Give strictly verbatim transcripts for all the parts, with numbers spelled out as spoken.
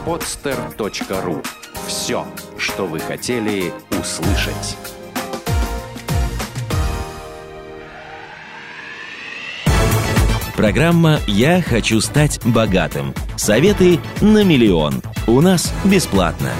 подстер точка ру. Все, что вы хотели услышать. Программа «Я хочу стать богатым». Советы на миллион. У нас бесплатно.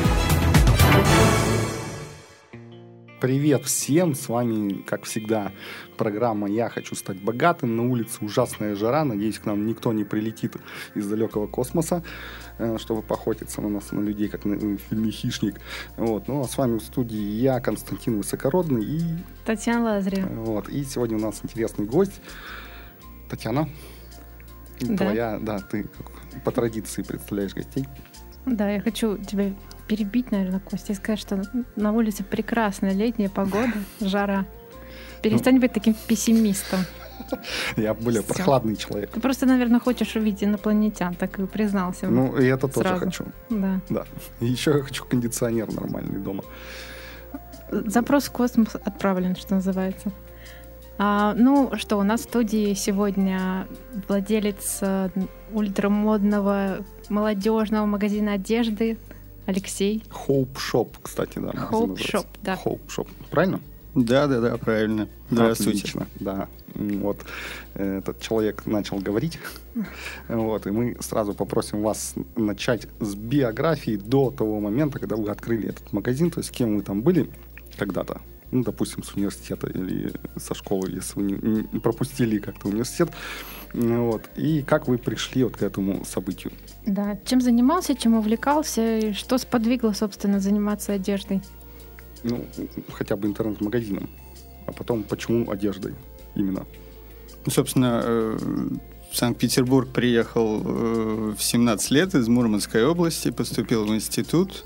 Привет всем, с вами, как всегда, программа «Я хочу стать богатым». На улице ужасная жара, надеюсь, к нам никто не прилетит из далекого космоса, чтобы поохотиться на нас, на людей, как на фильме «Хищник». Вот. Ну, а с вами в студии я, Константин Высокородный и... Татьяна Лазарева. Вот. И сегодня у нас интересный гость. Татьяна, да. твоя, да, ты по традиции представляешь гостей. Да, я хочу тебя перебить, наверное, Костя, и сказать, что на улице прекрасная летняя погода, жара. Перестань ну, быть таким пессимистом. Я более Всё. прохладный человек. Ты просто, наверное, хочешь увидеть инопланетян, так и признался. Ну, и это сразу. тоже хочу. Да. Да. И еще я хочу кондиционер нормальный дома. Запрос в космос отправлен, что называется. А, ну что, у нас в студии сегодня владелец ультрамодного молодежного магазина одежды Алексей. Hope Shop, кстати, да. Hope Shop, да. Hope Shop, правильно? Да, да, да, правильно. Здравствуйте. Отлично, да. Вот этот человек начал говорить, вот, и мы сразу попросим вас начать с биографии до того момента, когда вы открыли этот магазин, то есть кем вы там были когда-то. Ну, допустим, с университета или со школы, если вы не, не пропустили как-то университет. Вот. И как вы пришли вот к этому событию? Да, чем занимался, чем увлекался, и что сподвигло, собственно, заниматься одеждой? Ну, хотя бы интернет-магазином. А потом, почему одеждой именно? Ну, собственно, в Санкт-Петербург приехал в семнадцать лет из Мурманской области, поступил в институт.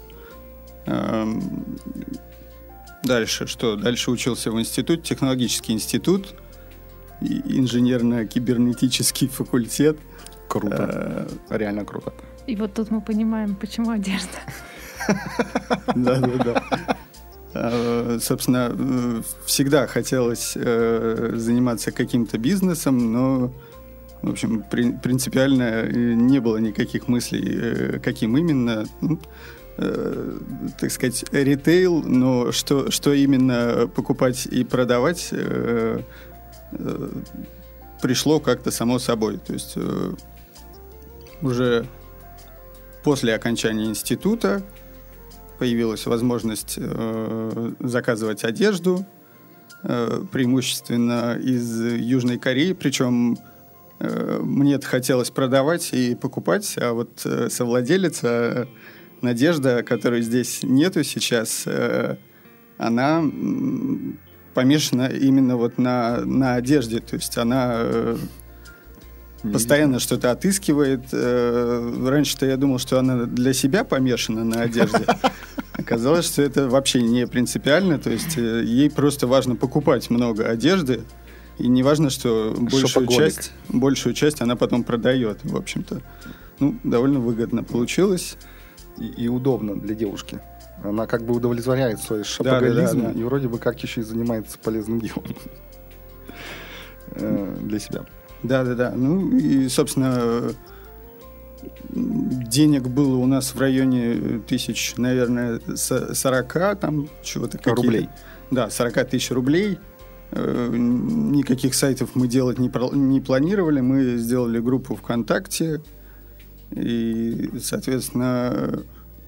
Дальше что? Дальше учился в институте, технологический институт, инженерно-кибернетический факультет. Круто. А, реально круто. И вот тут мы понимаем, почему одежда. Да-да-да. Собственно, всегда хотелось заниматься каким-то бизнесом, но, в общем, принципиально не было никаких мыслей, каким именно. Э, так сказать, ритейл, но что, что именно покупать и продавать э, э, пришло как-то само собой. То есть э, уже после окончания института появилась возможность э, заказывать одежду, э, преимущественно из Южной Кореи, причем э, мне-то хотелось продавать и покупать, а вот э, совладелица Надежда, которой здесь нету сейчас, э, она помешана именно вот на, на одежде. То есть она э, постоянно что-то отыскивает. Э, раньше-то я думал, что она для себя помешана на одежде. Оказалось, что это вообще не принципиально. То есть э, ей просто важно покупать много одежды. И не важно, что большую часть, большую часть она потом продает. В общем-то, ну, довольно выгодно получилось. И, и удобно для девушки. Она как бы удовлетворяет свой шопоголизм, да, да, да, да. И вроде бы как еще и занимается полезным делом для себя. Да-да-да. Ну и, собственно, денег было у нас в районе тысяч, наверное, сорока, там чего-то какие-то. Рублей. Да, сорок тысяч рублей. Никаких сайтов мы делать не, не планировали. Мы сделали группу ВКонтакте. И, соответственно,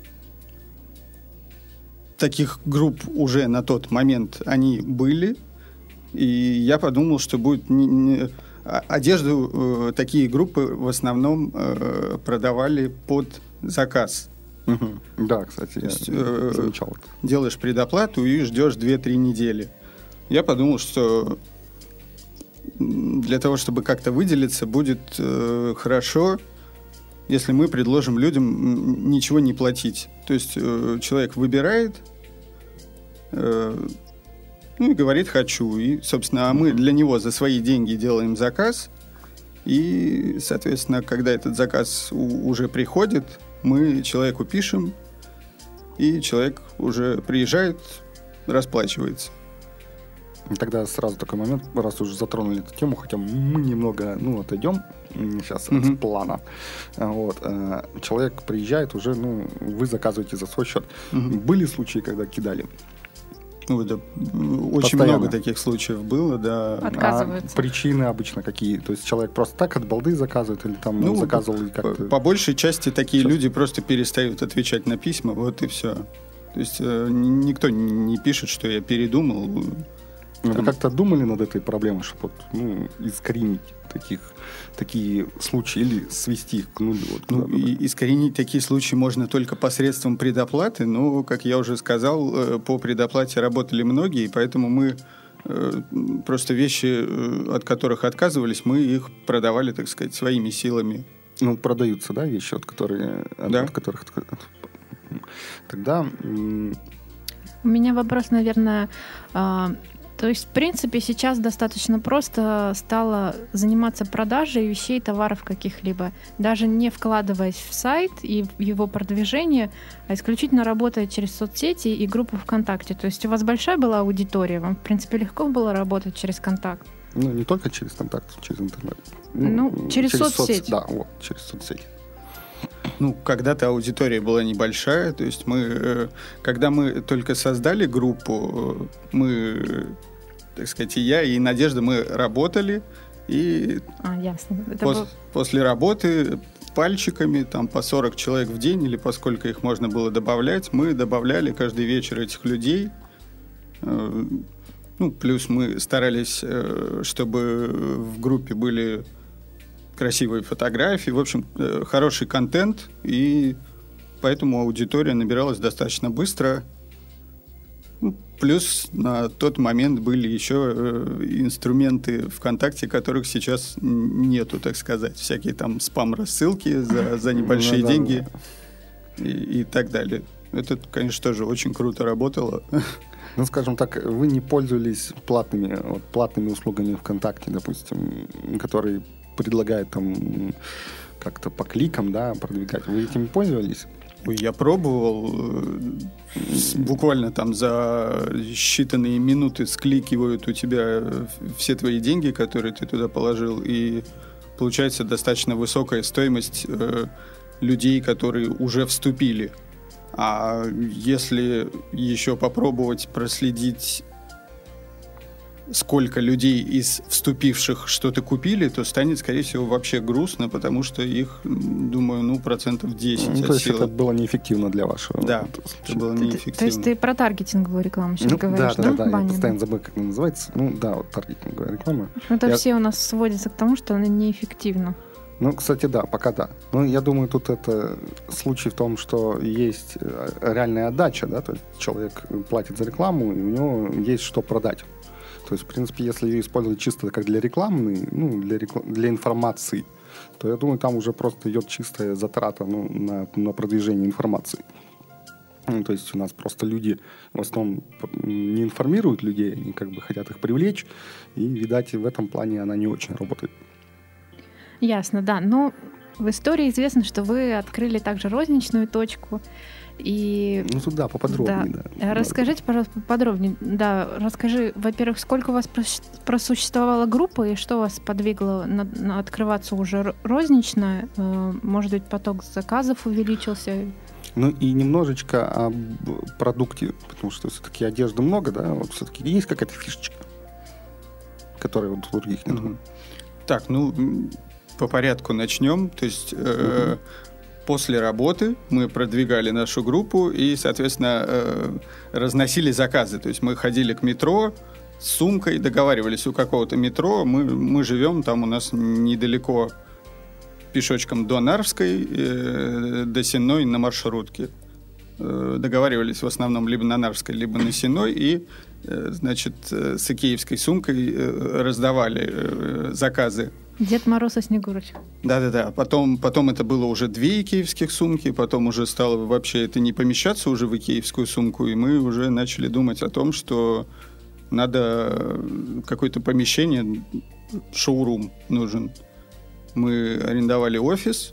таких групп уже на тот момент они были. И я подумал, что будет... Не, не... Одежду э, такие группы в основном э, продавали под заказ. Угу. Да, кстати, я есть, э, замечал это. Делаешь предоплату и ждешь две-три недели. Я подумал, что для того, чтобы как-то выделиться, будет э, хорошо, если мы предложим людям ничего не платить. То есть э, человек выбирает, э, ну и говорит «хочу». И, собственно, а мы для него за свои деньги делаем заказ. И, соответственно, когда этот заказ у- уже приходит, мы человеку пишем, и человек уже приезжает, расплачивается. Тогда сразу такой момент, раз уже затронули эту тему, хотя мы немного, ну, отойдем сейчас Мгм. от плана. Вот. э, Человек приезжает уже, ну, вы заказываете за свой счет. Мгм. Были случаи, когда кидали? Ой, да, очень Постоянно. много таких случаев было, да. От- Отказываются. А причины обычно какие? То есть человек просто так от балды заказывает или там Ну, заказывал и По, как-то... по большей части такие Сейчас. люди просто перестают отвечать на письма, вот и все. То есть э, н- никто не пишет, что я передумал. Вы там- как-то думали над этой проблемой, чтобы вот, ну, искоренить таких, такие случаи или свести их к нулю? Вот, Ну, куда-то? и искоренить такие случаи можно только посредством предоплаты, но, как я уже сказал, э, по предоплате работали многие, поэтому мы э, просто вещи, э, от которых отказывались, мы их продавали, так сказать, своими силами. Ну, продаются, да, вещи, от, которые, от, Да. от которых... Тогда... м, У меня вопрос, наверное, а, то есть, в принципе, сейчас достаточно просто стало заниматься продажей вещей, товаров каких-либо, даже не вкладываясь в сайт и в его продвижение, а исключительно работая через соцсети и группу ВКонтакте. То есть у вас большая была аудитория, вам, в принципе, легко было работать через контакт? Ну, не только через контакт, через интернет. Ну, через соцсети. Да, вот, через соцсети. Ну, когда-то аудитория была небольшая, то есть мы, э, когда мы только создали группу, э, мы, так сказать, и я, и Надежда, мы работали, и А, ясно. Это пос- был- после работы пальчиками, там, по сорок человек в день, или поскольку их можно было добавлять, мы добавляли каждый вечер этих людей. Э, Ну, плюс мы старались, э, чтобы в группе были красивые фотографии, в общем, э, хороший контент, и поэтому аудитория набиралась достаточно быстро. Ну, плюс на тот момент были еще э, инструменты ВКонтакте, которых сейчас н- нету, так сказать. Всякие там спам-рассылки за, за небольшие Ну да, деньги и, и так далее. Это, конечно, тоже очень круто работало. Ну, скажем так, вы не пользовались платными, вот, платными услугами ВКонтакте, допустим, которые предлагают там как-то по кликам, да, продвигать. Вы этим пользовались? Ой, я пробовал, э, с- буквально там за считанные минуты скликивают у тебя все твои деньги, которые ты туда положил, и получается достаточно высокая стоимость э, людей, которые уже вступили. А если еще попробовать проследить, сколько людей из вступивших что-то купили, то станет, скорее всего, вообще грустно, потому что их, м, думаю, ну, процентов десять Ну, от то есть силы. это было неэффективно для вашего Да, вот, это случая. было Ты- ты- неэффективно. То есть ты про таргетинговую рекламу сейчас Ну, говоришь, да, да? да, да, я Баннеры? постоянно забыл, как она называется. Ну, да, вот таргетинговая реклама. Это Я- все у нас сводится к тому, что она неэффективна. Ну, кстати, да, пока да. Но я думаю, тут это случай в том, что есть э, реальная отдача, да, то есть человек платит за рекламу, и у него есть что продать. То есть, в принципе, если ее использовать чисто как для рекламы, ну, для, рекла- для информации, то я думаю, там уже просто идет чистая затрата, ну, на, на продвижение информации. Ну, то есть у нас просто люди в основном п- не информируют людей, они как бы хотят их привлечь, и, видать, в этом плане она не очень работает. Ясно, да. Но в истории известно, что вы открыли также розничную точку. И Ну, туда поподробнее, да. Э, расскажите, пожалуйста, поподробнее. Да, расскажи, во-первых, сколько у вас прос- просуществовала группа и что вас подвигло на, на открываться уже ро- рознично? Э, Может быть, поток заказов увеличился? Ну и немножечко об продукте, потому что все-таки одежды много, да, вот все-таки есть какая-то фишечка, которой вот у других нет. Мгм. Так, ну, м, по порядку начнем. То есть э, после работы мы продвигали нашу группу и, соответственно, э, разносили заказы. То есть мы ходили к метро с сумкой, договаривались у какого-то метро. Мы, мы живем, там у нас недалеко пешочком до Нарвской, э, до Сенной на маршрутке. Э, договаривались в основном либо на Нарвской, либо на Сенной, и, э, значит, э, с икеевской сумкой э, раздавали э, заказы. Дед Мороз и Снегурочка. Да-да-да. Потом, потом это было уже две икеевских сумки, потом уже стало вообще это не помещаться уже в икеевскую сумку, и мы уже начали думать о том, что надо какое-то помещение, шоурум нужен. Мы арендовали офис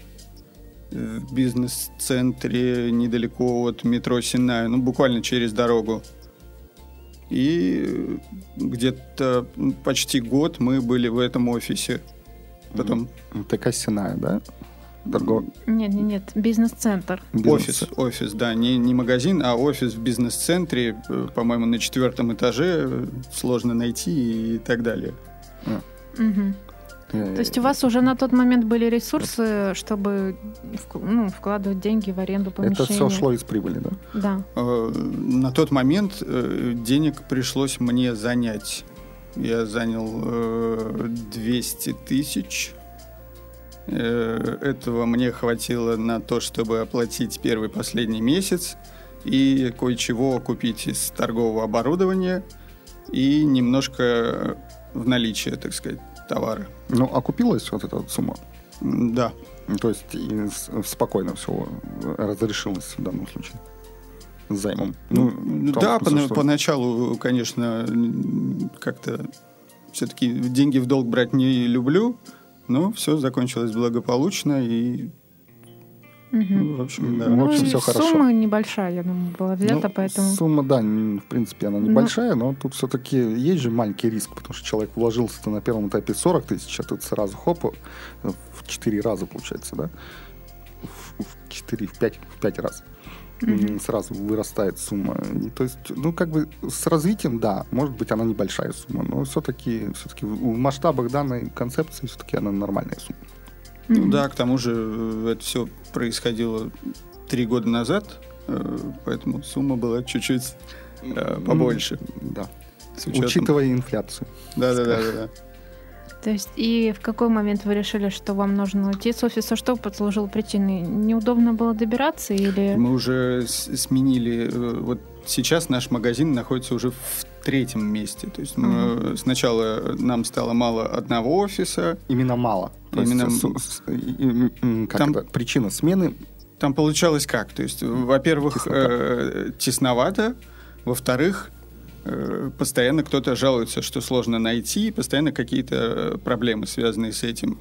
в бизнес-центре недалеко от метро Сенная, ну, буквально через дорогу. И где-то почти год мы были в этом офисе. Потом... Это Костяная, да? Торгов... Нет, нет, нет, бизнес-центр. Офис, офис, да, не, не магазин, а офис в бизнес-центре, по-моему, на четвертом этаже, сложно найти и так далее. А. Угу. То есть у вас уже на тот момент были ресурсы, чтобы ну, вкладывать деньги в аренду помещения? Это все шло из прибыли, да? Да. На тот момент денег пришлось мне занять. Я занял двести тысяч. Этого мне хватило на то, чтобы оплатить первый последний месяц и кое-чего купить из торгового оборудования и немножко в наличии, так сказать, товара. Ну, окупилась вот эта сумма? Да. То есть и спокойно все разрешилось в данном случае с займом? Ну, да, смысле, по, поначалу, конечно, как-то все-таки деньги в долг брать не люблю, но все закончилось благополучно и угу. ну, в общем, да. Ну, в общем, все хорошо. Сумма небольшая, я думаю, была взята, ну, поэтому... Сумма, да, в принципе, она небольшая, но, но тут все-таки есть же маленький риск, потому что человек вложился на первом этапе сорок тысяч, а тут сразу хоп, в четыре раза получается, да? В четыре, в пять, в пять раз. Mm-hmm. Сразу вырастает сумма. И, то есть, ну, как бы с развитием, да, может быть, она небольшая сумма, но все-таки, все-таки в масштабах данной концепции все-таки она нормальная сумма. Ну mm-hmm. да, к тому же это все происходило три года назад, поэтому сумма была чуть-чуть mm-hmm. побольше. Да. Учитывая инфляцию. Да-да-да. То есть и в какой момент вы решили, что вам нужно уйти с офиса? Что послужило причиной? Неудобно было добираться или... Мы уже сменили... Вот сейчас наш магазин находится уже в третьем месте. То есть uh-huh. мы, сначала нам стало мало одного офиса. Именно мало. То Именно... Есть, как там... это? Причина смены? Там получалось как? То есть, во-первых, э, тесновато. Во-вторых, постоянно кто-то жалуется, что сложно найти, постоянно какие-то проблемы, связанные с этим.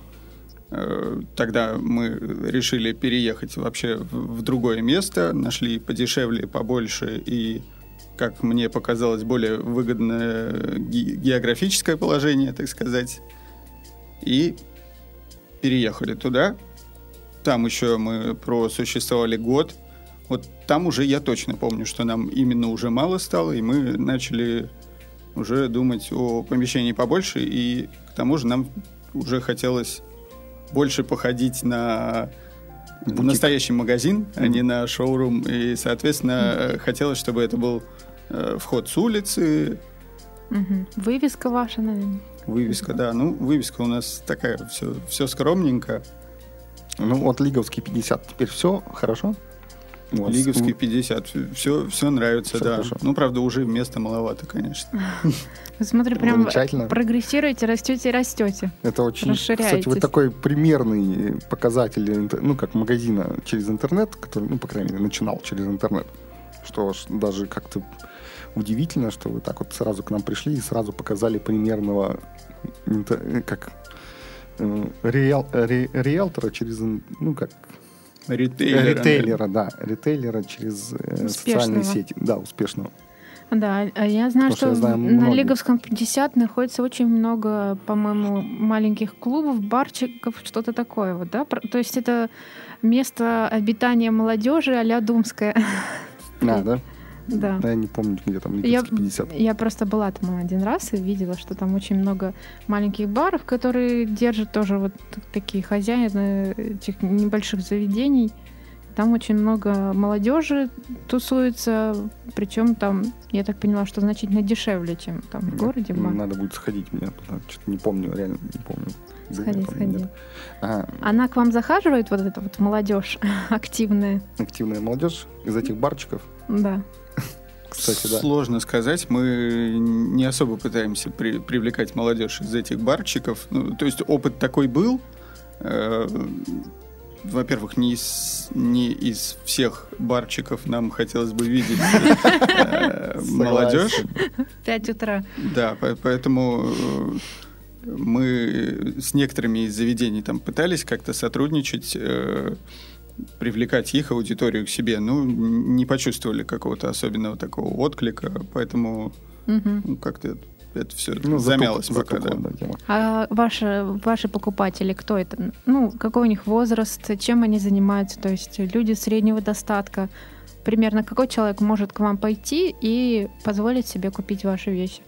Тогда мы решили переехать вообще в другое место, нашли подешевле, побольше и, как мне показалось, более выгодное географическое положение, так сказать. И переехали туда. Там еще мы просуществовали год. Вот там уже я точно помню, что нам именно уже мало стало, и мы начали уже думать о помещении побольше, и к тому же нам уже хотелось больше походить на Бутик. Настоящий магазин, mm-hmm. а не на шоурум, и, соответственно, mm-hmm. хотелось, чтобы это был э, вход с улицы. Mm-hmm. Вывеска ваша, наверное. Вывеска, да. Ну, вывеска у нас такая, все, все скромненько. Ну, вот Лиговский пятьдесят, теперь все хорошо? Лиговский пятьдесят. Все, все нравится, все да. Хорошо. Ну, правда, уже места маловато, конечно. Вы, смотри, прям прогрессируете, растете, растете. Это очень, кстати, вот такой примерный показатель, ну, как магазина через интернет, который, ну, по крайней мере, начинал через интернет. Что даже как-то удивительно, что вы так вот сразу к нам пришли и сразу показали примерного, как, риэл, ри, риэлтора через, ну, как... Ритейлера, ритейлера, да, ритейлера через э, социальные сети, да, успешного. Да, я знаю, Потому что, что я знаю на многих. Лиговском пятьдесят находится очень много, по-моему, маленьких клубов, барчиков, что-то такое, вот, да? То есть это место обитания молодежи а-ля Думская. А, да? Да. Я не помню, где там Лиговский пятьдесят. Я просто была там один раз и видела, что там очень много маленьких баров, которые держат тоже вот такие хозяины этих небольших заведений. Там очень много молодежи тусуется, причем там, я так поняла, что значительно дешевле, чем там в городе. Надо будет сходить мне, что-то не помню, реально не помню. Сходи, сходи. А, Она к вам захаживает, вот эта вот молодежь активная? Активная молодежь из этих барчиков? Да. Кстати, да. Сложно сказать. Мы не особо пытаемся при, привлекать молодежь из этих барчиков. Ну, то есть опыт такой был. Э, во-первых, не из, не из всех барчиков нам хотелось бы видеть э, молодежь. Пять утра. Да, поэтому мы с некоторыми из заведений там пытались как-то сотрудничать, э, привлекать их аудиторию к себе, ну, не почувствовали какого-то особенного такого отклика, поэтому Мгм. Ну, как-то это, это все Ну, замялось затуп- пока, затупла, да. да, тема. А ваши, ваши покупатели, кто это? Ну, какой у них возраст, чем они занимаются? То есть люди среднего достатка. Примерно какой человек может к вам пойти и позволить себе купить ваши вещи?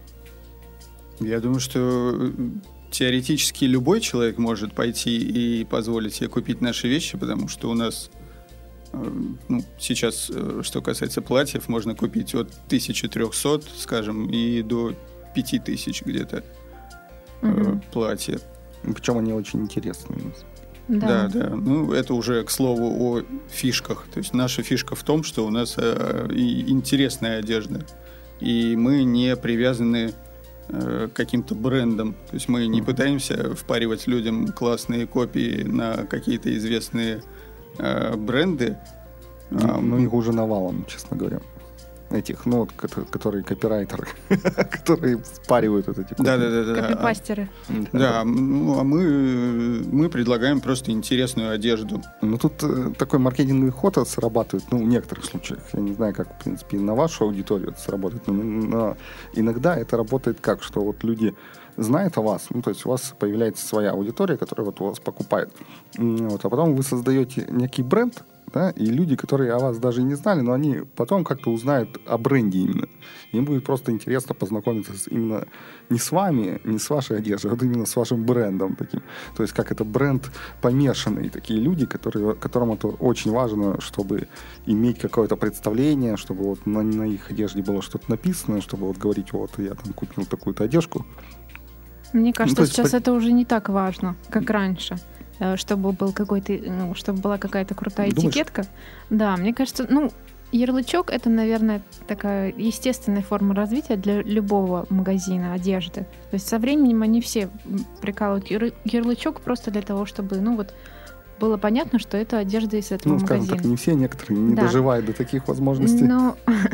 Я думаю, что э, теоретически любой человек может пойти и позволить себе купить наши вещи, потому что у нас э, ну, сейчас, э, что касается платьев, можно купить от тысячи трёхсот, скажем, и до пяти тысяч где-то э, Мгм. платья. Причем они очень интересные. Да, да. Ну, это уже, к слову, о фишках. То есть наша фишка в том, что у нас э, и интересная одежда. И мы не привязаны э, к каким-то брендам. То есть мы не пытаемся впаривать людям классные копии на какие-то известные э, бренды. А, Ну, их уже навалом, честно говоря. Этих, ну, вот, кото- которые копирайтеры, которые спаривают вот эти копии. Да, да, да, да. Копипастеры. Да, ну, а мы, мы предлагаем просто интересную одежду. Ну, тут э, такой маркетинговый ход срабатывает, ну, в некоторых случаях. Я не знаю, как, в принципе, на вашу аудиторию это сработает, но, но иногда это работает как, что вот люди знают о вас, ну, то есть у вас появляется своя аудитория, которая вот у вас покупает. М, Вот, а потом вы создаете некий бренд, да, и люди, которые о вас даже и не знали, но они потом как-то узнают о бренде именно. Им будет просто интересно познакомиться с, именно не с вами, не с вашей одеждой, а вот именно с вашим брендом таким. То есть как это бренд помешанный. Такие люди, которые, которым это очень важно, чтобы иметь какое-то представление, чтобы вот на, на их одежде было что-то написано, чтобы вот говорить, вот я там купил такую-то одежку. Мне кажется, то есть сейчас по- это уже не так важно, как раньше. Э, Чтобы был какой-то, ну, чтобы была какая-то крутая Думаешь? этикетка. Да, мне кажется, ну, ярлычок это, наверное, такая естественная форма развития для любого магазина одежды. То есть со временем они все м, прикалывают яр- ярлычок просто для того, чтобы, ну вот, было понятно, что это одежда из этого Ну, скажем магазина. так, не все, некоторые не Да. доживают до таких возможностей. Но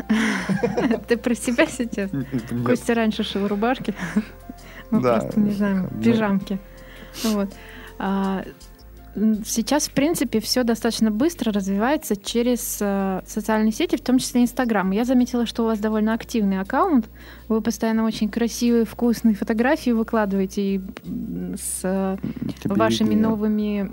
ты про себя сейчас? Нет. Костя раньше шил рубашки. Мы Да, просто не знаем, ну. пижамки. Вот. А, м, Сейчас, в принципе, все достаточно быстро развивается через э, социальные сети, в том числе Инстаграм. Я заметила, что у вас довольно активный аккаунт. Вы постоянно очень красивые, вкусные фотографии выкладываете и, м, с э, Тебе вашими виднее. новыми...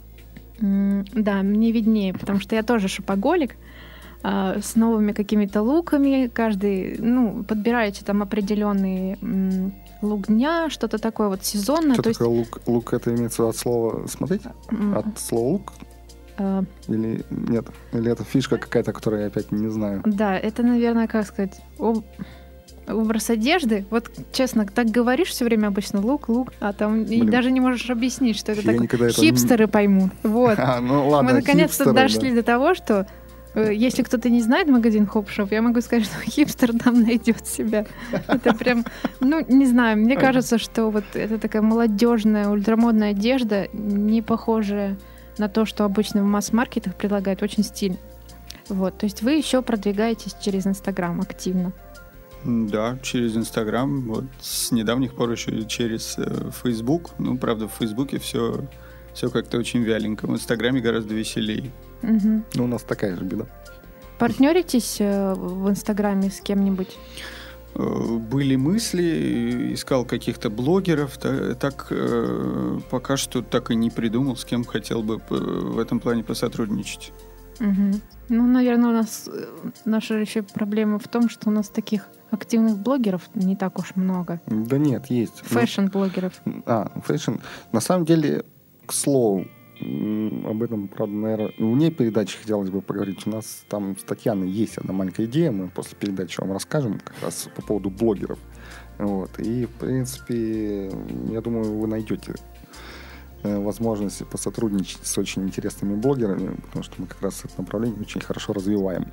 м, Да, мне виднее, потому что я тоже шопоголик. а, С новыми какими-то луками. Каждый, ну, подбираете там определенный м, лук дня, что-то такое вот сезонное. Что То есть, такое лук? Лук это имеется от слова смотреть? м, От слова лук? э, Или нет? Или это фишка какая-то, которую я опять не знаю? да, это, наверное, как сказать, об- образ одежды. Вот, честно, так говоришь все время обычно лук, лук, а там и Блин. даже не можешь объяснить, что это Я такое. никогда этого не- Хипстеры поймут. Вот. А, ну ладно, Мы наконец-то хипстеры, дошли да. до того, что э, если кто-то не знает магазин Хопшоп, я могу сказать, что хипстер там найдет себя. Это прям, ну, не знаю, мне кажется, что вот это такая молодежная, ультрамодная одежда, не похожая на то, что обычно в масс-маркетах предлагают, очень стильно. Вот, то есть вы еще продвигаетесь через Инстаграм активно. Да, через Инстаграм, вот с недавних пор еще через Фейсбук. Ну, правда, в Фейсбуке все, все как-то очень вяленько. В Инстаграме гораздо веселее. Мгм. Ну, у нас такая же беда. Партнеритесь э, в Инстаграме с кем-нибудь? Э, Были мысли, искал каких-то блогеров, та- так э, пока что так и не придумал, с кем хотел бы п- в этом плане посотрудничать. Мгм. Ну, наверное, у нас э, наша еще проблема в том, что у нас таких активных блогеров не так уж много. Да нет, есть. Ну, Фэшн-блогеров. А, фэшн. На самом деле, к слову, м, об этом, правда, наверное, вне передачи хотелось бы поговорить. У нас там с Татьяной есть одна маленькая идея, мы после передачи вам расскажем как раз по поводу блогеров. Вот. И, в принципе, я думаю, вы найдете э, возможности посотрудничать с очень интересными блогерами, потому что мы как раз это направление очень хорошо развиваем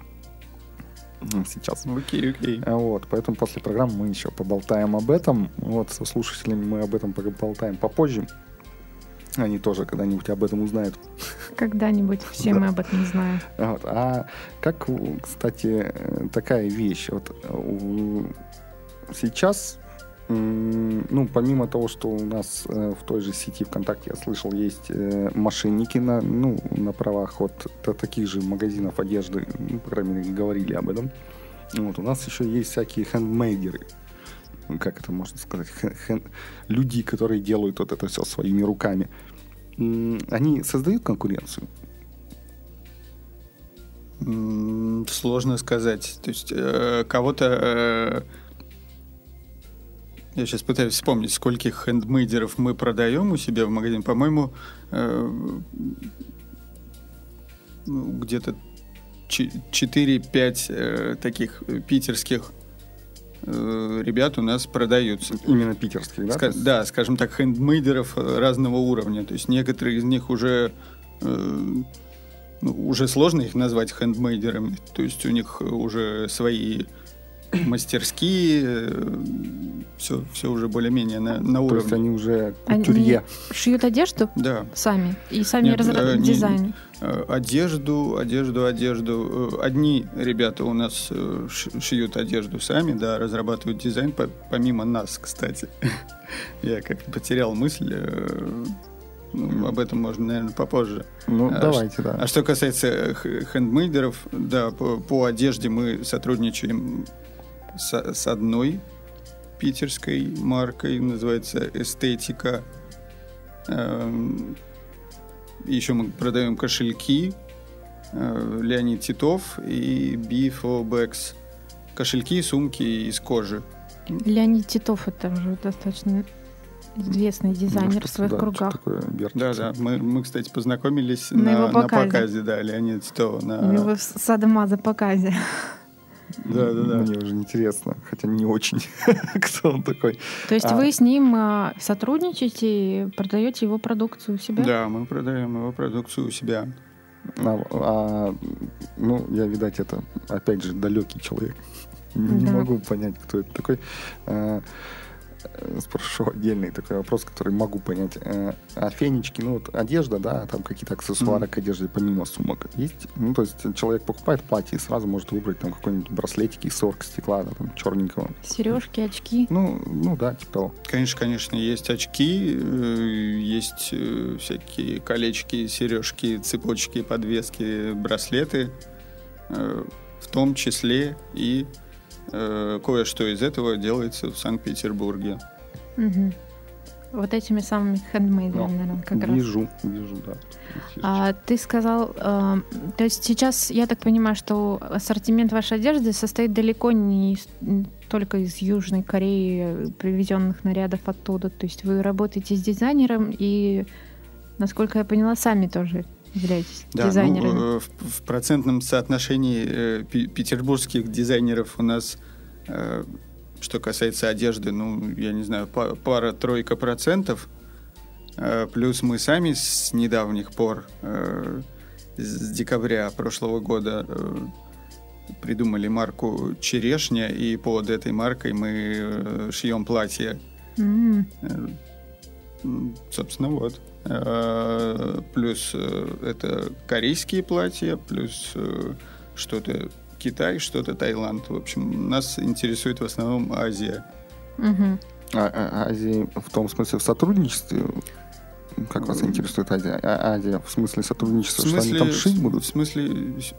сейчас. Окей, окей. А Вот, поэтому после программы мы еще поболтаем об этом. Вот, со слушателями мы об этом поболтаем попозже. Они тоже когда-нибудь об этом узнают. Когда-нибудь все Да. мы об этом знаем. Вот. А как, кстати, э, такая вещь. Вот у- сейчас, м, ну, помимо того, что у нас э, в той же сети ВКонтакте, я слышал, есть э, мошенники на, ну, на правах вот та- таких же магазинов одежды, ну, по крайней мере, говорили об этом. Вот, у нас еще есть всякие хендмейдеры. Как это можно сказать? Хен... Люди, которые делают вот это все своими руками. Они создают конкуренцию? Сложно сказать. То есть э, кого-то... Э, я сейчас пытаюсь вспомнить, скольких хендмейдеров мы продаем у себя в магазине. По-моему, э, где-то четыре-пять э, таких питерских э, ребят у нас продаются. Именно питерских, да? Ска- да, скажем так, хендмейдеров разного уровня. То есть некоторые из них уже... Э, ну, уже сложно их назвать хендмейдерами. То есть у них уже свои мастерские, все, все уже более-менее на, на уровне. То есть они уже кутюрье. Они шьют одежду? Да. Сами? И сами Нет, разрабатывают не, дизайн? Одежду, одежду, одежду. Одни ребята у нас шьют одежду сами, да, разрабатывают дизайн, помимо нас, кстати. Я как-то потерял мысль. Ну, об этом можно, наверное, попозже. Ну, а, давайте, да. А что касается хендмейдеров, да, по, по одежде мы сотрудничаем с, с одной питерской маркой, называется «Эстетика». Еще мы продаем кошельки, Леонид Титов и Bifo Bags. Кошельки и сумки из кожи. Леонид Титов — это уже достаточно... известный дизайнер ну, в своих да, кругах. Да, да. Мы, мы, кстати, познакомились на, на, на показе. показе, да, Леонид Титова. На... У него в Садомаза показе. Да, да, да. Мне уже интересно, хотя не очень, кто он такой. То есть а... вы с ним сотрудничаете и продаете его продукцию у себя? Да, мы продаем его продукцию у себя. А, а, ну, я, видать, это, опять же, далекий человек. Не да. могу понять, кто это такой. Спрошу отдельный такой вопрос, который могу понять. А фенечки, ну вот одежда, да, там какие-то аксессуары mm-hmm. к одежде помимо сумок есть? Ну, то есть человек покупает платье и сразу может выбрать там какой-нибудь браслетик из оргстекла, да, там, черненького. Сережки, очки. Ну, ну да, типа того. Конечно, конечно, есть очки, есть всякие колечки, сережки, цепочки, подвески, браслеты, в том числе и кое-что из этого делается в Санкт-Петербурге. Угу. Вот этими самыми хендмейдами, ну, наверное, как вижу, раз. Вижу, вижу, да. А, ты сказал, э, то есть сейчас, я так понимаю, что ассортимент вашей одежды состоит далеко не из, только из Южной Кореи, привезенных нарядов оттуда. То есть вы работаете с дизайнером и, насколько я поняла, сами тоже являетесь да, дизайнерами. Ну, в, в процентном соотношении э, петербургских дизайнеров у нас, э, что касается одежды, ну, я не знаю, пара-тройка процентов. Э, плюс мы сами с недавних пор, э, с декабря прошлого года, э, придумали марку «Черешня», и под этой маркой мы э, шьем платья. Mm. Э, собственно, вот. Плюс это корейские платья, плюс что-то Китай, что-то Таиланд. В общем, нас интересует в основном Азия. Угу. А, а, Азия в том смысле в сотрудничестве? Как вас интересует Азия? А, Азия в смысле сотрудничества, в смысле, что они там шить будут? В смысле,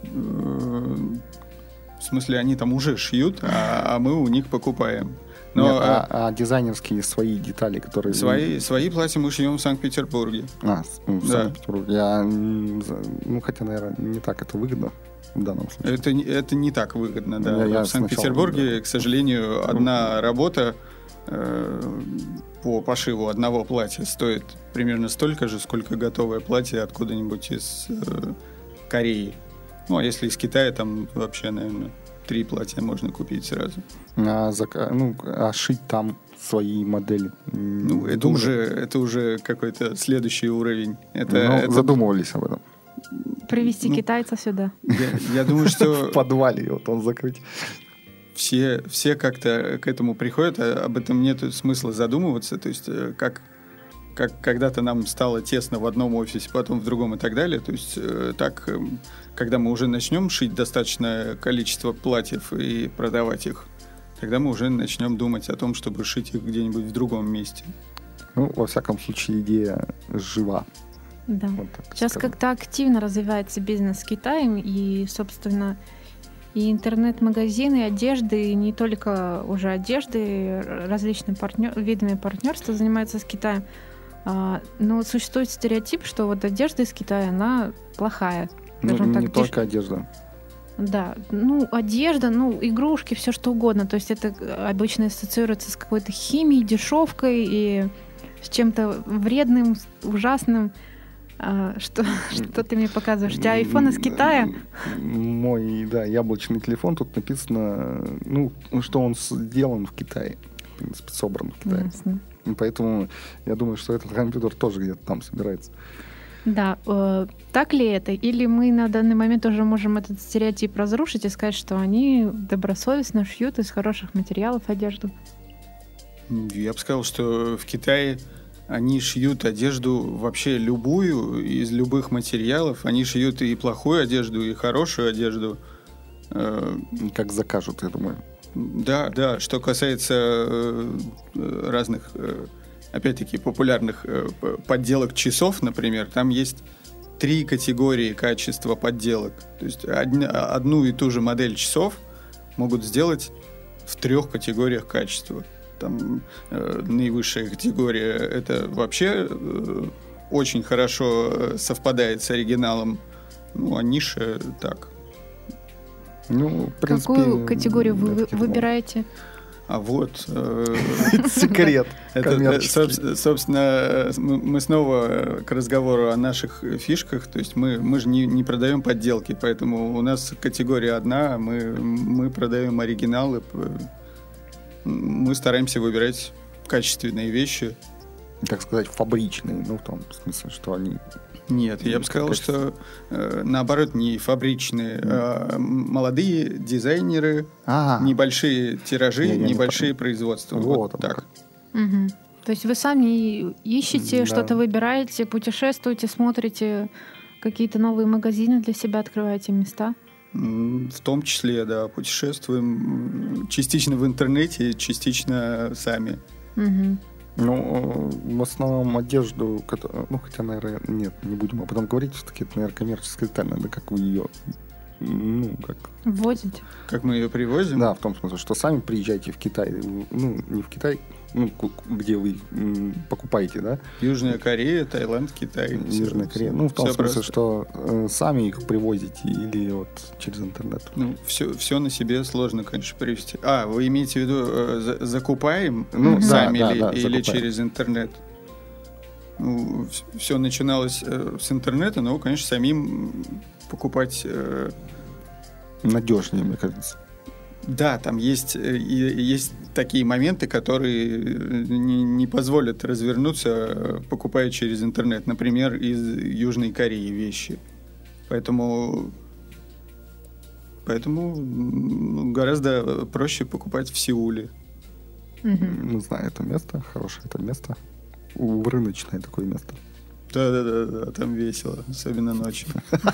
в смысле они там уже шьют, а, а мы у них покупаем. Но, Нет, а, а дизайнерские свои детали, которые... Свои, свои платья мы шьем в Санкт-Петербурге. А, в да. Санкт-Петербурге. Я, ну, хотя, наверное, не так это выгодно в данном случае. Это, это не так выгодно, да. Я, я в Санкт-Петербурге, сначала, да. к сожалению, одна работа э, по пошиву одного платья стоит примерно столько же, сколько готовое платье откуда-нибудь из э, Кореи. Ну, а если из Китая, там вообще, наверное... Три платья можно купить сразу. А, зак... ну, а шить там свои модели? Ну, это уже, это уже какой-то следующий уровень. Это, ну, это... Задумывались об этом. Привезти ну, китайца сюда. Я, я думаю, что... В подвале вот он закрыть. Все, все как-то к этому приходят, а об этом нет смысла задумываться. То есть, как, как когда-то нам стало тесно в одном офисе, потом в другом и так далее. То есть, так... Когда мы уже начнем шить достаточное количество платьев и продавать их, тогда мы уже начнем думать о том, чтобы шить их где-нибудь в другом месте. Ну, во всяком случае, идея жива. Да. Вот сейчас как-то активно развивается бизнес с Китаем, и, собственно, И интернет-магазины одежды, и не только уже одежды, различными партнер, видами партнерства занимаются с Китаем. А, но существует стереотип, что вот одежда из Китая, она плохая. Ну, так, не деш... только одежда. Да, ну, одежда, ну, игрушки, все что угодно. То есть это обычно ассоциируется с какой-то химией, дешевкой и с чем-то вредным, ужасным. А, что, что ты мне показываешь? У тебя айфон из Китая? Мой, да, яблочный телефон, тут написано, ну, что он сделан в Китае. В принципе, собран в Китае. Ясно. И поэтому я думаю, что этот компьютер тоже где-то там собирается. Да, э, так ли это? Или мы на данный момент уже можем этот стереотип разрушить и сказать, что они добросовестно шьют из хороших материалов одежду? Я бы сказал, что в Китае они шьют одежду вообще любую, из любых материалов. Они шьют и плохую одежду, и хорошую одежду. Как закажут, я думаю. Да, да. Что касается разных, опять-таки, популярных подделок часов, например, там есть три категории качества подделок. То есть одну и ту же модель часов могут сделать в трех категориях качества. Там э, наивысшая категория это вообще э, очень хорошо совпадает с оригиналом. Ну, а ниша так. Ну, в принципе, какую категорию вы выбираете? А вот... Секрет коммерческий. Собственно, мы снова к разговору о наших фишках. То есть мы, мы же не, не продаем подделки, поэтому у нас категория одна, мы, мы продаем оригиналы. Мы стараемся выбирать качественные вещи. Так сказать, фабричные. Ну, в том смысле, что они... Нет, я бы сказал, что э, наоборот, не фабричные. А молодые дизайнеры, А-а-а. небольшие тиражи, я, я небольшие не производства. Вот, вот так. Угу. То есть вы сами ищете, да. что-то выбираете, путешествуете, смотрите, какие-то новые магазины для себя открываете, места? В том числе, да, путешествуем частично в интернете, частично сами. Угу. Ну, в основном одежду, ну, хотя, наверное, нет, не будем об этом говорить, все-таки это, наверное, коммерческая деталь, надо как вы ее, ну, как... Ввозите? Как мы ее привозим? Да, в том смысле, что сами приезжаете в Китай, ну, не в Китай, ну, где вы покупаете, да? Южная Корея, Таиланд, Китай. Южная все, Корея. Ну, в том смысле, просто. что э, сами их привозите или вот через интернет. Ну, все, все на себе сложно, конечно, привезти. А, вы имеете в виду, э, за, закупаем ну, сами да, или, да, да, или закупаем. через интернет? Ну, все начиналось э, с интернета, но, конечно, самим покупать... Э, надежнее, мне кажется. Да, там есть, есть такие моменты, которые не, не позволят развернуться, покупая через интернет. Например, из Южной Кореи вещи. Поэтому, поэтому гораздо проще покупать в Сеуле. Угу. Ну, знаю это место, хорошее это место. У рыночное такое место. Да-да-да, там весело, особенно ночью.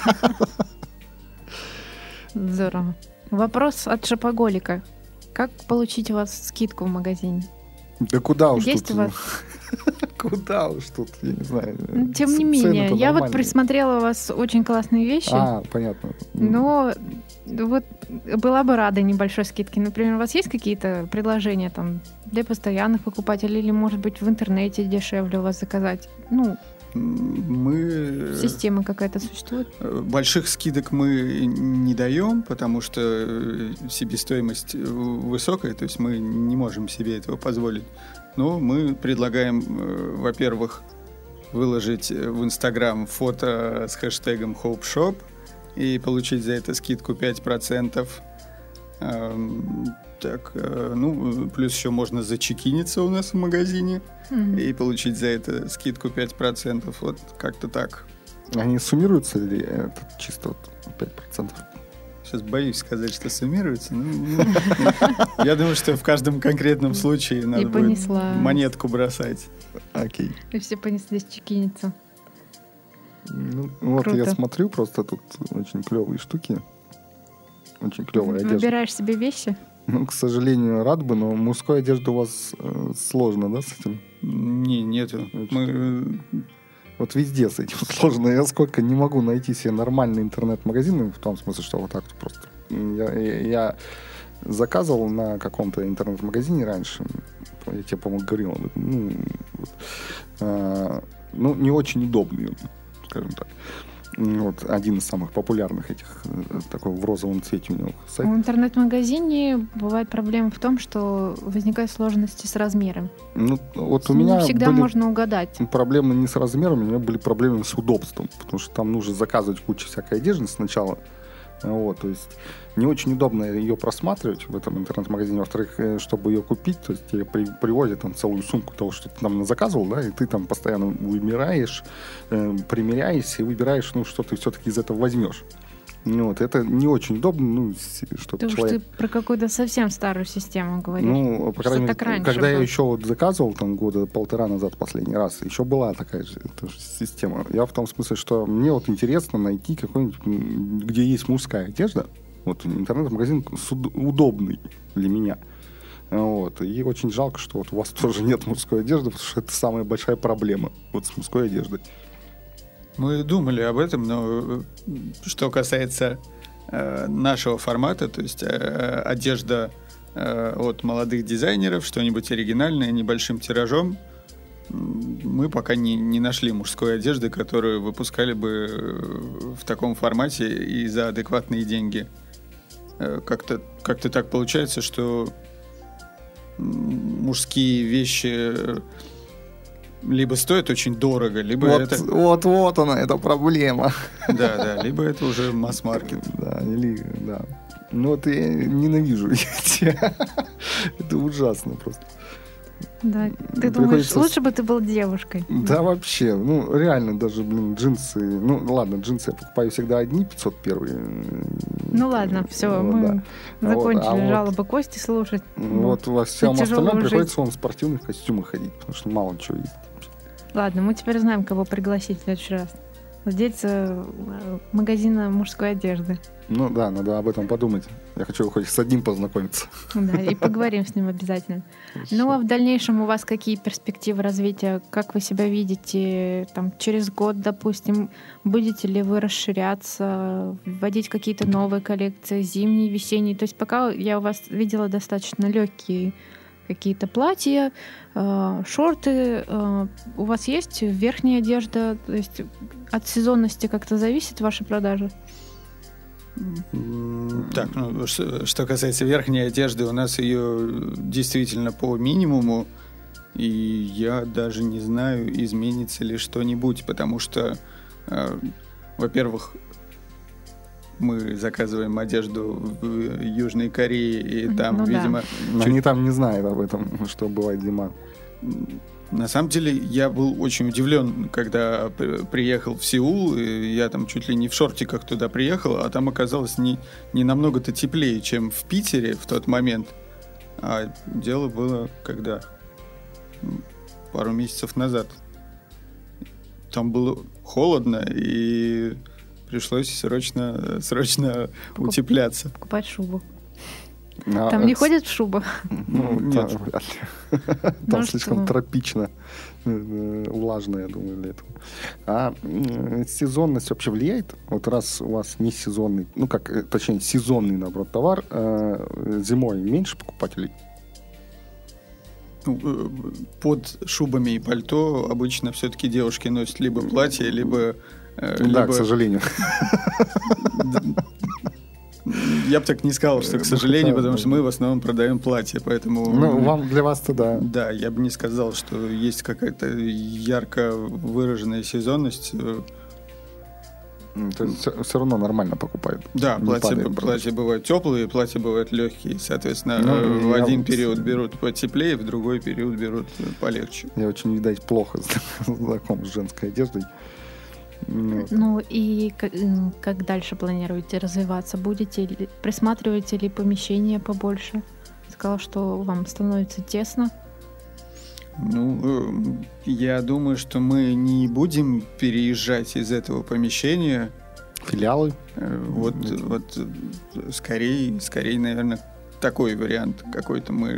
Здорово. Вопрос от шопоголика. Как получить у вас скидку в магазине? Да куда уж Есть тут? у вас? Куда уж тут, я не знаю. Тем не менее, я вот присмотрела у вас очень классные вещи. А, понятно. Но вот была бы рада небольшой скидке. Например, у вас есть какие-то предложения там для постоянных покупателей или, может быть, в интернете дешевле у вас заказать? Ну, мы... Система какая-то существует? Больших скидок мы не даем, потому что себестоимость высокая, то есть мы не можем себе этого позволить. Но мы предлагаем, во-первых, выложить в Инстаграм фото с хэштегом HopeShop и получить за это скидку пять процентов. Так, ну, плюс еще можно зачекиниться у нас в магазине mm-hmm. и получить за это скидку пять процентов. Вот как-то так. Они суммируются или это чисто вот пять процентов? Сейчас боюсь сказать, что суммируются. Я думаю, что в каждом конкретном случае надо будет монетку бросать. Окей. И все понеслись чекиниться. Вот я смотрю, просто тут очень клевые штуки. Очень клевая одежда. Выбираешь себе вещи? Ну, к сожалению, рад бы, но мужской одежды у вас э, сложно, да, с этим? Не, нету. Мы... Вот везде с этим сложно. Я сколько не могу найти себе нормальный интернет-магазин, в том смысле, что вот так вот просто Я, я, я заказывал на каком-то интернет-магазине раньше, я тебе, по-моему, говорил об этом, ну, вот, а, ну, не очень удобный, скажем так. Вот один из самых популярных этих, такой в розовом цвете у него сайт. В интернет-магазине бывает проблема в том, что возникают сложности с размером. Ну, вот у Не меня всегда были можно угадать. проблемы не с размером, у меня были проблемы с удобством, потому что там нужно заказывать кучу всякой одежды сначала. Вот, то есть не очень удобно ее просматривать в этом интернет-магазине. Во-вторых, чтобы ее купить, то есть тебе при, привозят там целую сумку того, что ты там заказывал, да, и ты там постоянно выбираешь, э, примеряешься и выбираешь, ну, что ты все-таки из этого возьмешь. Вот, это не очень удобно, ну, чтобы ты человек... уж ты про какую-то совсем старую систему говоришь. Ну, по крайней мере, когда было. я еще вот заказывал, там, года полтора назад последний раз, еще была такая же тоже система. Я в том смысле, что мне вот интересно найти какой-нибудь, где есть мужская одежда, вот интернет-магазин удобный для меня. Вот. И очень жалко, что вот у вас тоже нет мужской одежды, потому что это самая большая проблема вот с мужской одеждой. Мы думали об этом, но что касается э, нашего формата, то есть э, одежда э, от молодых дизайнеров, что-нибудь оригинальное, небольшим тиражом, мы пока не, не нашли мужской одежды, которую выпускали бы в таком формате и за адекватные деньги. Э, как-то, как-то так получается, что мужские вещи либо стоит очень дорого, либо вот, это... Вот, вот она, эта проблема. Да, да, либо это уже масс-маркет. Да, или, да. Ну вот я ненавижу эти. Это ужасно просто. Да, ты думаешь, лучше бы ты был девушкой? Да, вообще, ну реально даже, блин, джинсы, ну ладно, джинсы я покупаю всегда одни, пятьсот один. Ну ладно, все, вот, мы да. закончили вот, а жалобы вот, Кости слушать. Вот во всем остальном жить. Приходится он в спортивных костюмах ходить, потому что мало чего есть. Ладно, мы теперь знаем, кого пригласить в следующий раз. Владельца магазина мужской одежды. Ну да, надо об этом подумать. Я хочу хоть с одним познакомиться. Да, и поговорим с ним обязательно. Ну а в дальнейшем у вас какие перспективы развития? Как вы себя видите там, через год, допустим? Будете ли вы расширяться, вводить какие-то новые коллекции, зимние, весенние? То есть пока я у вас видела достаточно легкие какие-то платья, э, шорты. Э, у вас есть верхняя одежда? То есть от сезонности как-то зависит ваша продажа? Так, ну, что, что касается верхней одежды, у нас ее действительно по минимуму, и я даже не знаю, изменится ли что-нибудь, потому что, э, во-первых, мы заказываем одежду в Южной Корее, и там, ну, видимо... Да. Чуть... Они там не знают об этом, что бывает зима. На самом деле, я был очень удивлен, когда приехал в Сеул, и я там чуть ли не в шортиках туда приехал, а там оказалось не, не намного-то теплее, чем в Питере в тот момент. А дело было когда? Пару месяцев назад. Там было холодно, и пришлось срочно, срочно Покуп... утепляться. Покупать шубу. А, там не ходят в шубах? Ну, нет. Там, вряд ли. Там ну, слишком что? тропично, влажно, я думаю, для этого. А сезонность вообще влияет? Вот раз у вас не сезонный, ну как, точнее, сезонный, наоборот, товар, зимой меньше покупателей? Под шубами и пальто обычно все-таки девушки носят либо платье, либо... Да, либо... к сожалению. Я бы так не сказал, что к сожалению, потому что мы в основном продаем платья, поэтому... Ну, вам, для вас-то да. Да, я бы не сказал, что есть какая-то ярко выраженная сезонность. То есть все, все равно нормально покупают. Да, платья, платья бывают теплые, платья бывают легкие. Соответственно, ну, в один я... период берут потеплее, в другой период берут полегче. Я очень, видать, плохо знаком с женской одеждой. Нет. Ну и как, как дальше планируете развиваться? Будете ли, присматриваете ли помещение побольше? Сказал, что вам становится тесно. Ну, я думаю, что мы не будем переезжать из этого помещения. Филиалы? Вот, вот скорее, скорее, наверное, такой вариант какой-то мы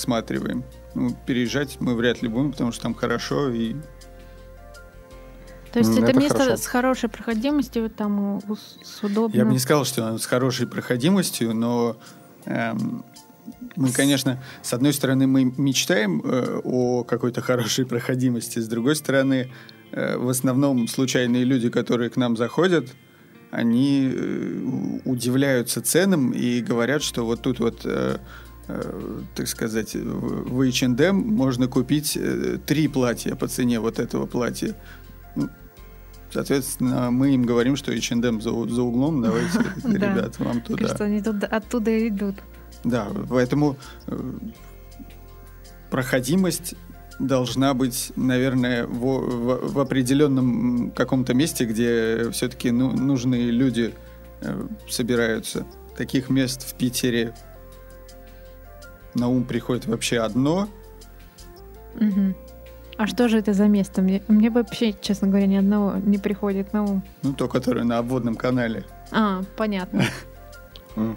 рассматриваем. Ну, переезжать мы вряд ли будем, потому что там хорошо и... То есть это, Это место хорошо. с хорошей проходимостью, там у- с удобным. Я бы не сказал, что оно с хорошей проходимостью, но эм, мы, конечно, с одной стороны, мы мечтаем э, о какой-то хорошей проходимости, с другой стороны, э, в основном случайные люди, которые к нам заходят, они э, удивляются ценам и говорят, что вот тут вот, э, э, так сказать, в в эйч энд эм можно купить э, три платья по цене вот этого платья. Ну, соответственно, мы им говорим, что эйч энд эм за, у- за углом, давайте, Да. ребят, вам туда. Кажется, они туда- оттуда и идут. Да, поэтому э, проходимость должна быть, наверное, в, в- в определенном каком-то месте, где все-таки ну, нужные люди э, собираются. Таких мест в Питере на ум приходит вообще одно. Мгм. А что же это за место? Мне, мне вообще, честно говоря, ни одного не приходит на ум. Ну, то, которое на обводном канале. А, понятно. М,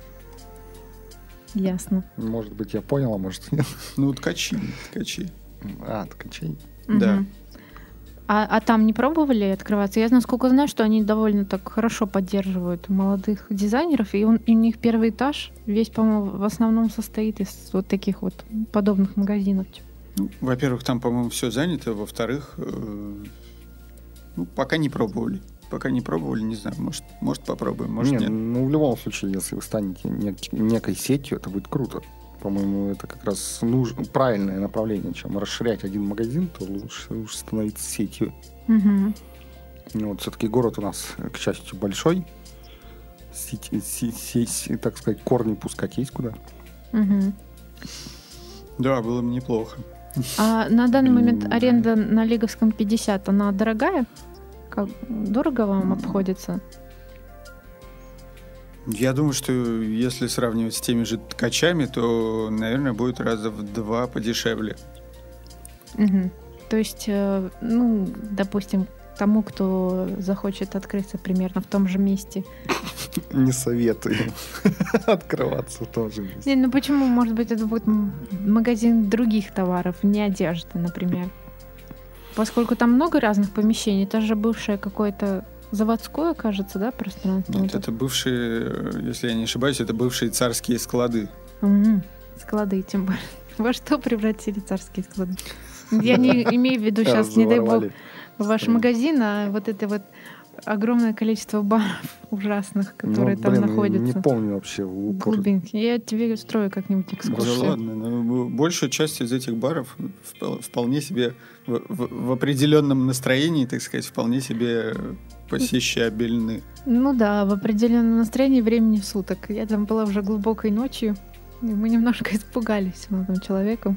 Ясно. Может быть, я понял, а может нет. Ну, ткачи, ткачи. А, ткачей. Да. Мгм. А, а там не пробовали открываться? Я, насколько знаю, что они довольно так хорошо поддерживают молодых дизайнеров, и, он, и у них первый этаж весь, по-моему, в основном состоит из вот таких вот подобных магазинов. Ну, во-первых, там, по-моему, все занято. Во-вторых, э, ну, пока не пробовали. Пока не пробовали, не знаю, может, может попробуем, может Не, нет. ну, в любом случае, если вы станете нек- некой сетью, это будет круто. По-моему, это как раз нуж- правильное направление. Чем расширять один магазин, то лучше, лучше становиться сетью. Мгм. Ну, вот все-таки город у нас, к счастью, большой. Сети- се- се- се- так сказать, корни пускать есть куда. Мгм. Да, было бы неплохо. А на данный момент М. аренда на Лиговском пятьдесят, она дорогая? Как дорого вам обходится? Я думаю, что если сравнивать с теми же ткачами, то, наверное, будет раза в два подешевле. Мгм. То есть, э, ну, допустим, тому, кто захочет открыться примерно в том же месте. Не советую открываться в том же месте. Не, ну почему, может быть, это будет м- магазин других товаров, не одежды, например. Поскольку там много разных помещений, это же бывшее какое-то заводское, кажется, да, пространство? Нет, это бывшие, если я не ошибаюсь, это бывшие царские склады. Мгм. Склады, тем более. Во что превратили царские склады? Я не имею в виду сейчас, не дай бог, Разворовали. ваш магазин, а вот это вот огромное количество баров ужасных, которые Ну, там блин, находятся. Не помню вообще. В упор. глубинке. Я тебе устрою как-нибудь Да экскурсию. ладно, но большая часть из этих баров впол- вполне себе в, в- в определенном настроении, так сказать, вполне себе посещабельны. Ну да, в определенном настроении времени суток. Я там была уже глубокой ночью, и мы немножко испугались с молодым человеком.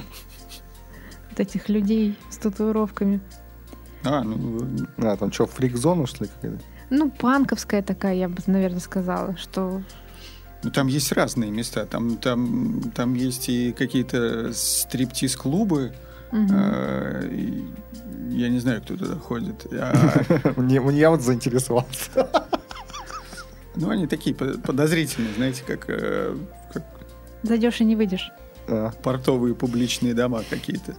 Вот этих людей с татуировками. А, ну, А, там что, фрик-зона, что ли, какая-то? Ну, панковская такая, я бы, наверное, сказала, что... ну, там есть разные места. Там, там, там есть и какие-то стриптиз-клубы. Мгм. а, и я не знаю, кто туда ходит. А, Мне, мне я вот заинтересовался. ну, они такие по- подозрительные, знаете, как, э, как Зайдешь и не выйдешь. А, портовые публичные дома какие-то.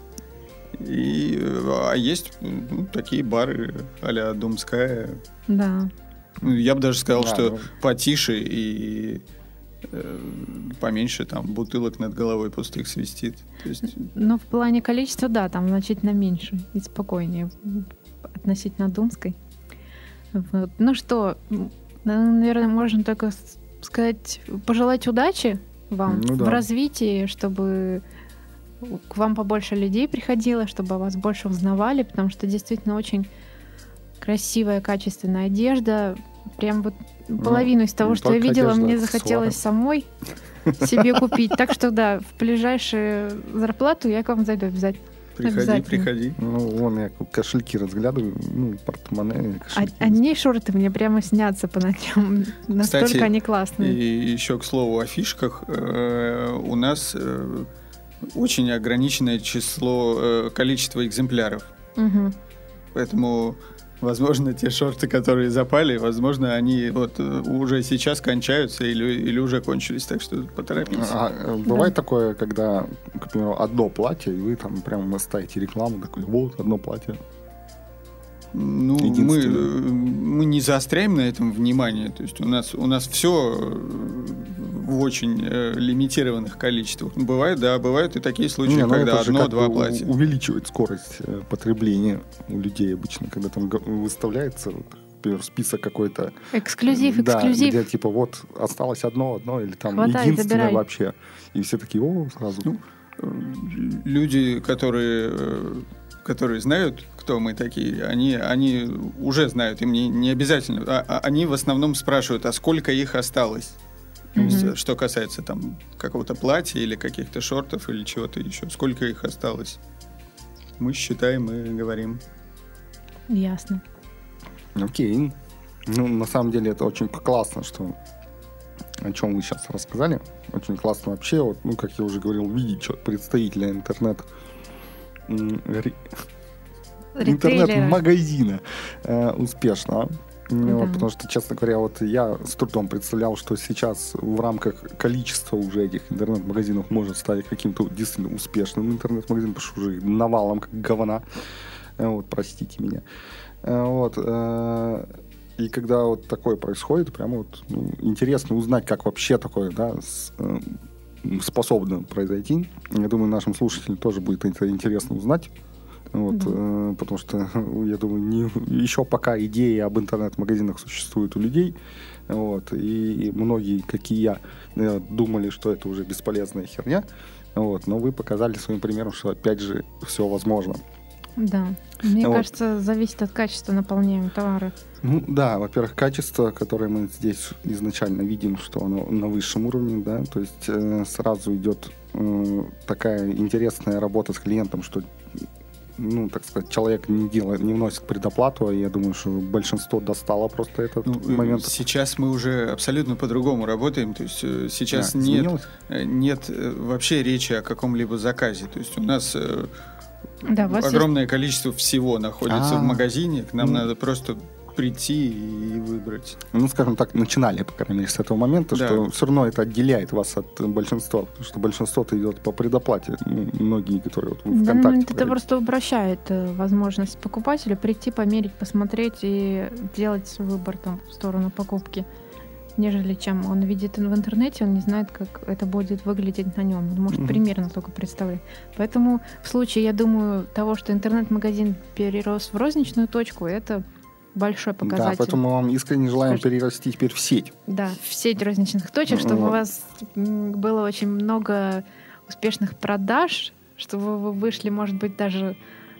И, э, а есть ну, такие бары а-ля Думская. Да. Ну, я бы даже сказал, Да, что ну. потише и э, поменьше там бутылок над головой пустых свистит. То есть, Но в плане количества, да, там значительно меньше и спокойнее относительно Думской. Вот. Ну что, м, наверное, можно только с- сказать, пожелать удачи вам Ну да. в развитии, чтобы к вам побольше людей приходило, чтобы о вас больше узнавали, потому что действительно очень красивая, качественная одежда. Прям вот половину из того, не что я только видела, одежда, мне аксессуары. захотелось самой себе купить. Так что да, в ближайшую зарплату я к вам зайду обязательно. приходи, Обязательно. приходи. ну, вон я кошельки разглядываю, ну, портмоне, А- кошельки. Одни шорты мне прямо снятся по ночам. Настолько Кстати, они классные. И еще, к слову, о фишках. Э, у нас э, очень ограниченное число, э, количество экземпляров. Мгм. Поэтому, возможно, те шорты, которые запали, возможно, они вот э, уже сейчас кончаются или, или уже кончились. Так что поторопитесь. А, э, бывает такое, когда, к примеру, одно платье, и вы там прямо ставите рекламу, такой, вот, одно платье. Ну, мы, мы не заостряем на этом внимание. То есть у нас, у нас все в очень э, лимитированных количествах. Бывает, да, бывают и такие случаи, не, когда одно-два платья. Увеличивает скорость потребления у людей обычно, когда там выставляется, вот, например, список какой-то. Эксклюзив, да, эксклюзив. Где типа вот осталось одно, одно, или там Хватай, единственное забирай. Вообще. И все такие, о, сразу. Ну, люди, которые, которые знают, кто мы такие, они, они уже знают, им не, не обязательно. А, они в основном спрашивают, а сколько их осталось? Mm-hmm. Что касается там какого-то платья или каких-то шортов или чего-то еще. Сколько их осталось? Мы считаем и говорим. Ясно. Окей. Ну, на самом деле, это очень классно, что о чем вы сейчас рассказали. Очень классно вообще, вот, ну, как я уже говорил, видеть что представителя интернет ре... интернет-магазина э, успешно. Да. Вот, потому что, честно говоря, вот я с трудом представлял, что сейчас в рамках количества уже этих интернет-магазинов может стать каким-то действительно успешным интернет-магазином, потому что уже навалом как говна. Вот, простите меня. Вот. И когда вот такое происходит, прямо вот ну, интересно узнать, как вообще такое, да, с, способно произойти. Я думаю, нашим слушателям тоже будет это интересно узнать. Вот, да. э, потому что, я думаю, не, еще пока идеи об интернет-магазинах существуют у людей, вот, и, и многие, как и я, думали, что это уже бесполезная херня, вот, но вы показали своим примером, что опять же все возможно. Да, мне вот. кажется, зависит от качества наполняемого товара. Ну да, во-первых, качество, которое мы здесь изначально видим, что оно на высшем уровне, да, то есть э, сразу идет э, такая интересная работа с клиентом, что ну, так сказать, человек не делает, не вносит предоплату, а я думаю, что большинство достало просто этот ну, момент. Сейчас мы уже абсолютно по-другому работаем, то есть сейчас да, нет, нет вообще речи о каком-либо заказе, то есть у нас да, огромное есть... количество всего находится А-а-а. в магазине, к нам mm. надо просто прийти и выбрать. Ну, скажем так, начинали, по крайней мере, с этого момента, да. что все равно это отделяет вас от большинства, потому что большинство-то идет по предоплате, ну, многие, которые вот в ВКонтакте. Да, это просто упрощает возможность покупателя прийти, померить, посмотреть и делать свой выбор там, в сторону покупки, нежели чем он видит в интернете, он не знает, как это будет выглядеть на нем, он может mm-hmm. примерно только представлять. Поэтому в случае, я думаю, того, что интернет-магазин перерос в розничную точку, это большой показатель. Да, поэтому мы вам искренне желаем Скажите, перерасти теперь в сеть. Да, в сеть розничных точек, чтобы mm-hmm. у вас было очень много успешных продаж, чтобы вы вышли, может быть, даже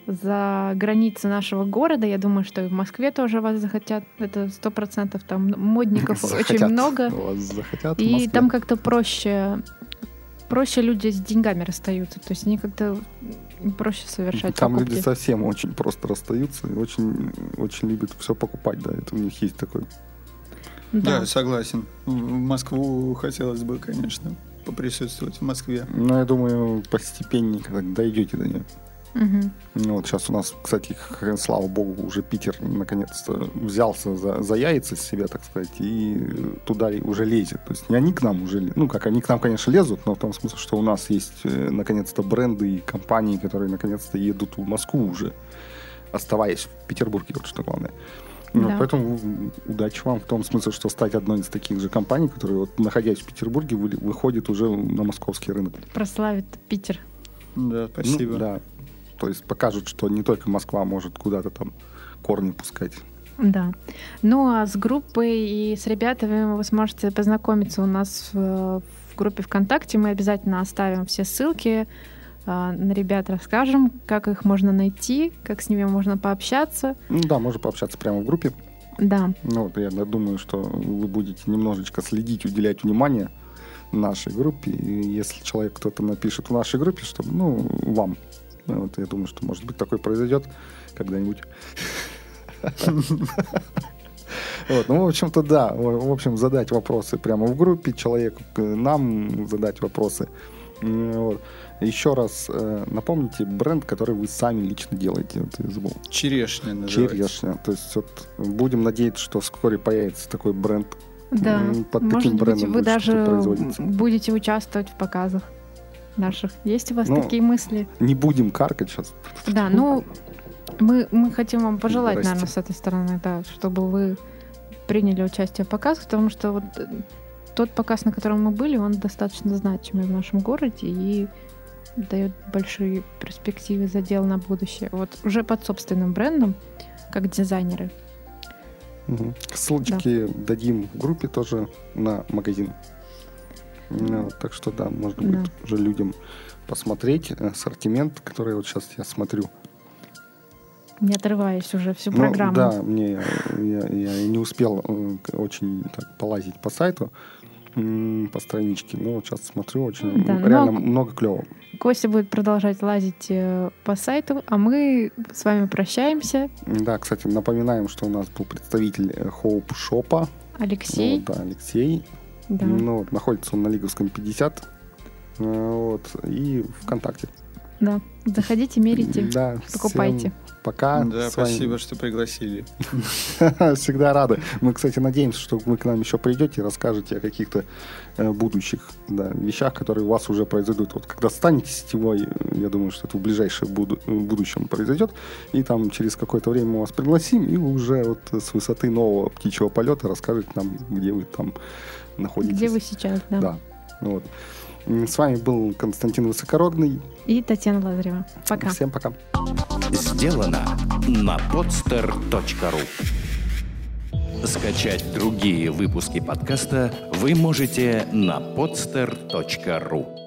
за границы нашего города. Я думаю, что и в Москве тоже вас захотят. Это сто процентов. Там модников захотят. Очень много. Вас захотят и там как-то проще... Проще люди с деньгами расстаются. То есть они как-то проще совершать Там покупки. Люди совсем очень просто расстаются и очень, очень любят все покупать. Да, это у них есть такой. Да, да, согласен. В Москву хотелось бы, конечно, поприсутствовать в Москве. Ну, я думаю, постепенненько так дойдете до нее. Угу. Ну, вот сейчас у нас, кстати, слава богу, уже Питер наконец-то взялся за, за яйца с себя, так сказать, и туда уже лезет. То есть не они к нам уже лезут. Ну, как они к нам, конечно, лезут, но в том смысле, что у нас есть наконец-то бренды и компании, которые наконец-то едут в Москву уже, оставаясь в Петербурге, вот что главное. Ну, да. Поэтому удачи вам в том смысле, что стать одной из таких же компаний, которые, вот, находясь в Петербурге, вы, выходит уже на московский рынок. Прославит Питер. Да, спасибо. Ну, да. То есть покажут, что не только Москва может куда-то там корни пускать. Да. Ну, а с группой и с ребятами вы сможете познакомиться у нас в, в группе ВКонтакте. Мы обязательно оставим все ссылки. На ребят расскажем, как их можно найти, как с ними можно пообщаться. Ну да, можно пообщаться прямо в группе. Да. Ну, вот я думаю, что вы будете немножечко следить, уделять внимание нашей группе. И если человек кто-то напишет в нашей группе, чтобы, ну, вам... Вот, я думаю, что, может быть, такое произойдет когда-нибудь. Вот, ну, в общем-то, да. В общем, задать вопросы прямо в группе человеку, нам задать вопросы. Вот. Еще раз напомните бренд, который вы сами лично делаете. Вот, я забыл. Черешня называется. Черешня. То есть вот будем надеяться, что вскоре появится такой бренд. Да. Под Может таким быть, брендом вы даже будете участвовать в показах наших. Есть у вас ну, такие мысли? Не будем каркать сейчас. Да, ну, Мы, мы хотим вам пожелать, Здрасте. наверное, с этой стороны, да, чтобы вы приняли участие в показах, потому что вот тот показ, на котором мы были, он достаточно значимый в нашем городе и дает большие перспективы задел на будущее. Вот уже под собственным брендом, как дизайнеры. Угу. Ссылочки да. дадим в группе тоже на магазин. Ну, так что да, можно да. будет уже людям посмотреть ассортимент, который вот сейчас я смотрю. Не отрываясь уже всю ну, программу. Да, мне я, я не успел очень так полазить по сайту, по страничке. Но вот сейчас смотрю, очень да, реально но... много клевого. Костя будет продолжать лазить по сайту, а мы с вами прощаемся. Да, кстати, напоминаем, что у нас был представитель Hope Shop. Алексей. Вот, да, Алексей. Да. Ну, вот, находится он на Лиговском пятьдесят. Вот, и ВКонтакте. Да, заходите, мерите, да, покупайте. Пока. Да, спасибо, вами... что пригласили. Всегда рады. Мы, кстати, надеемся, что вы к нам еще придете и расскажете о каких-то э, будущих да, вещах, которые у вас уже произойдут. Вот когда станете сетевой, я думаю, что это в ближайшем буду- будущем произойдет, и там через какое-то время мы вас пригласим, и вы уже вот с высоты нового птичьего полета расскажете нам, где вы там находитесь. Где вы сейчас, да. Да, вот. С вами был Константин Высокородный и Татьяна Лазарева. Пока. Всем пока. Сделано на podster точка ру. Скачать другие выпуски подкаста вы можете на podster точка ру.